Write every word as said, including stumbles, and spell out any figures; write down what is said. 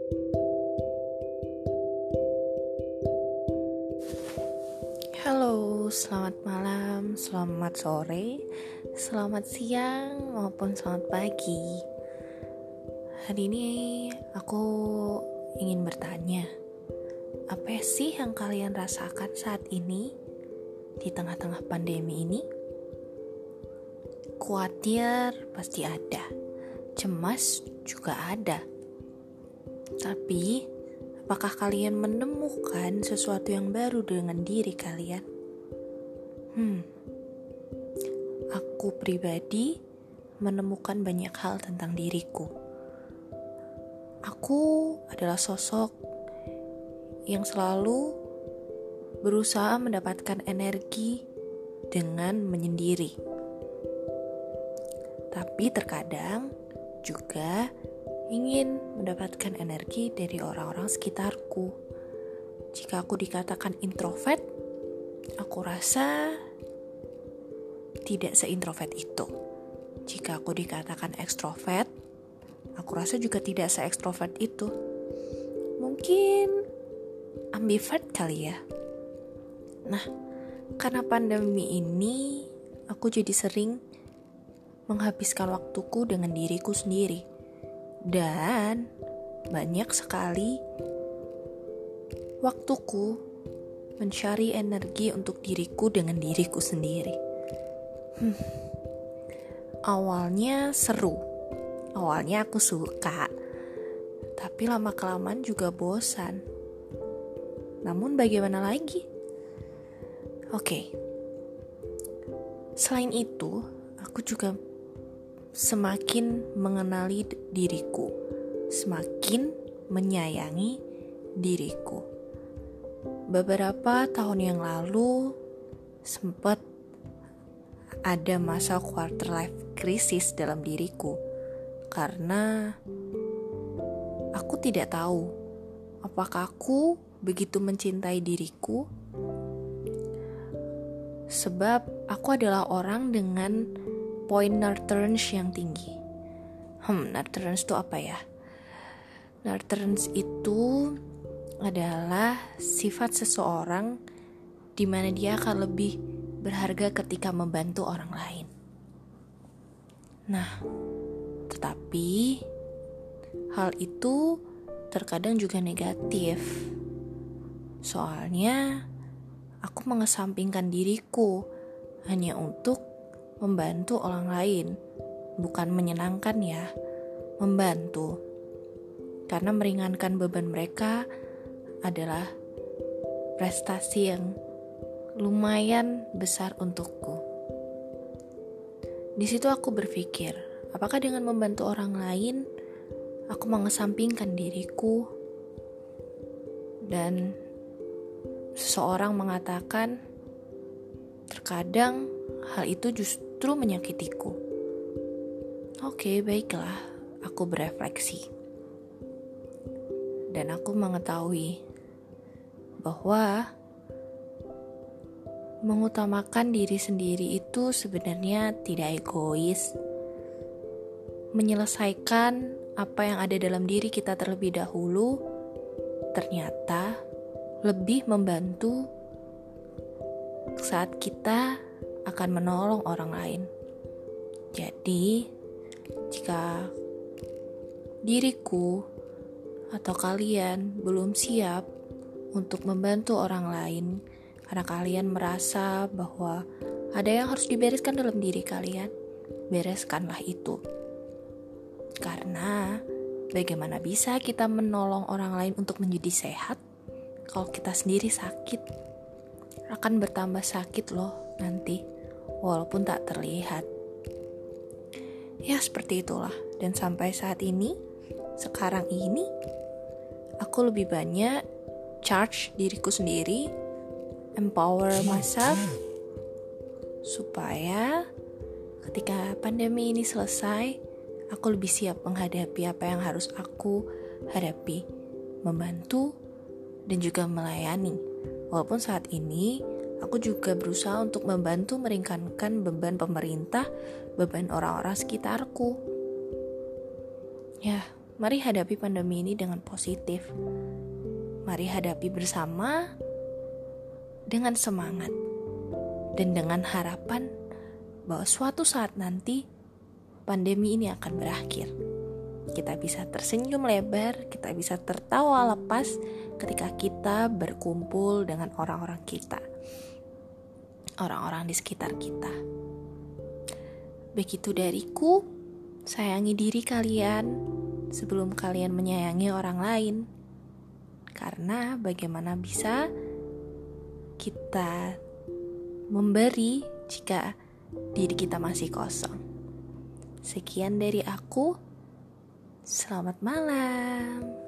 Halo, selamat malam, selamat sore, selamat siang, maupun selamat pagi. Hari ini aku ingin bertanya, apa sih yang kalian rasakan saat ini di tengah-tengah pandemi ini? Khawatir pasti ada, cemas juga ada. Tapi apakah kalian menemukan sesuatu yang baru dengan diri kalian? Hmm, aku pribadi menemukan banyak hal tentang diriku. Aku adalah sosok yang selalu berusaha mendapatkan energi dengan menyendiri. Tapi terkadang juga ingin mendapatkan energi dari orang-orang sekitarku. Jika aku dikatakan introvert, aku rasa tidak seintrovert itu. Jika aku dikatakan ekstrovert, aku rasa juga tidak se-ekstrovert itu. Mungkin ambivert kali ya. Nah, karena pandemi ini, aku jadi sering menghabiskan waktuku dengan diriku sendiri. Dan banyak sekali waktuku mencari energi untuk diriku dengan diriku sendiri. Hmm. Awalnya seru, awalnya aku suka, tapi lama-kelamaan juga bosan. Namun bagaimana lagi? Oke, selain itu, aku juga semakin mengenali diriku, semakin menyayangi diriku. Beberapa tahun yang lalu sempat ada masa quarter life crisis dalam diriku karena aku tidak tahu apakah aku begitu mencintai diriku sebab aku adalah orang dengan poin nurturance yang tinggi. Hmm, nurturance itu apa ya? Nurturance itu adalah sifat seseorang di mana dia akan lebih berharga ketika membantu orang lain. Nah, tetapi hal itu terkadang juga negatif. Soalnya aku mengesampingkan diriku hanya untuk membantu orang lain, bukan menyenangkan ya, membantu. Karena meringankan beban mereka adalah prestasi yang lumayan besar untukku. Di situ aku berpikir, apakah dengan membantu orang lain, aku mengesampingkan diriku? Dan seseorang mengatakan, terkadang hal itu justru menyakitiku. Oke, baiklah, aku berefleksi. Dan aku mengetahui bahwa mengutamakan diri sendiri itu sebenarnya tidak egois. Menyelesaikan apa yang ada dalam diri kita terlebih dahulu ternyata lebih membantu saat kita akan menolong orang lain. Jadi, jika diriku atau kalian belum siap untuk membantu orang lain karena kalian merasa bahwa ada yang harus dibereskan dalam diri kalian, bereskanlah itu. Karena bagaimana bisa kita menolong orang lain untuk menjadi sehat kalau kita sendiri sakit? Akan bertambah sakit loh nanti, walaupun tak terlihat. Ya seperti itulah. Dan sampai saat ini, sekarang ini, aku lebih banyak charge diriku sendiri, empower myself, supaya ketika pandemi ini selesai, aku lebih siap menghadapi apa yang harus aku hadapi, membantu dan juga melayani. Walaupun saat ini aku juga berusaha untuk membantu meringankan beban pemerintah, beban orang-orang sekitarku. Ya, Mari hadapi pandemi ini dengan positif. Mari hadapi bersama dengan semangat dan dengan harapan bahwa suatu saat nanti pandemi ini akan berakhir. Kita bisa tersenyum lebar, kita bisa tertawa lepas ketika kita berkumpul dengan orang-orang kita, orang-orang di sekitar kita. Begitu dariku, sayangi diri kalian sebelum kalian menyayangi orang lain. Karena bagaimana bisa kita memberi jika diri kita masih kosong. Sekian dari aku. Selamat malam.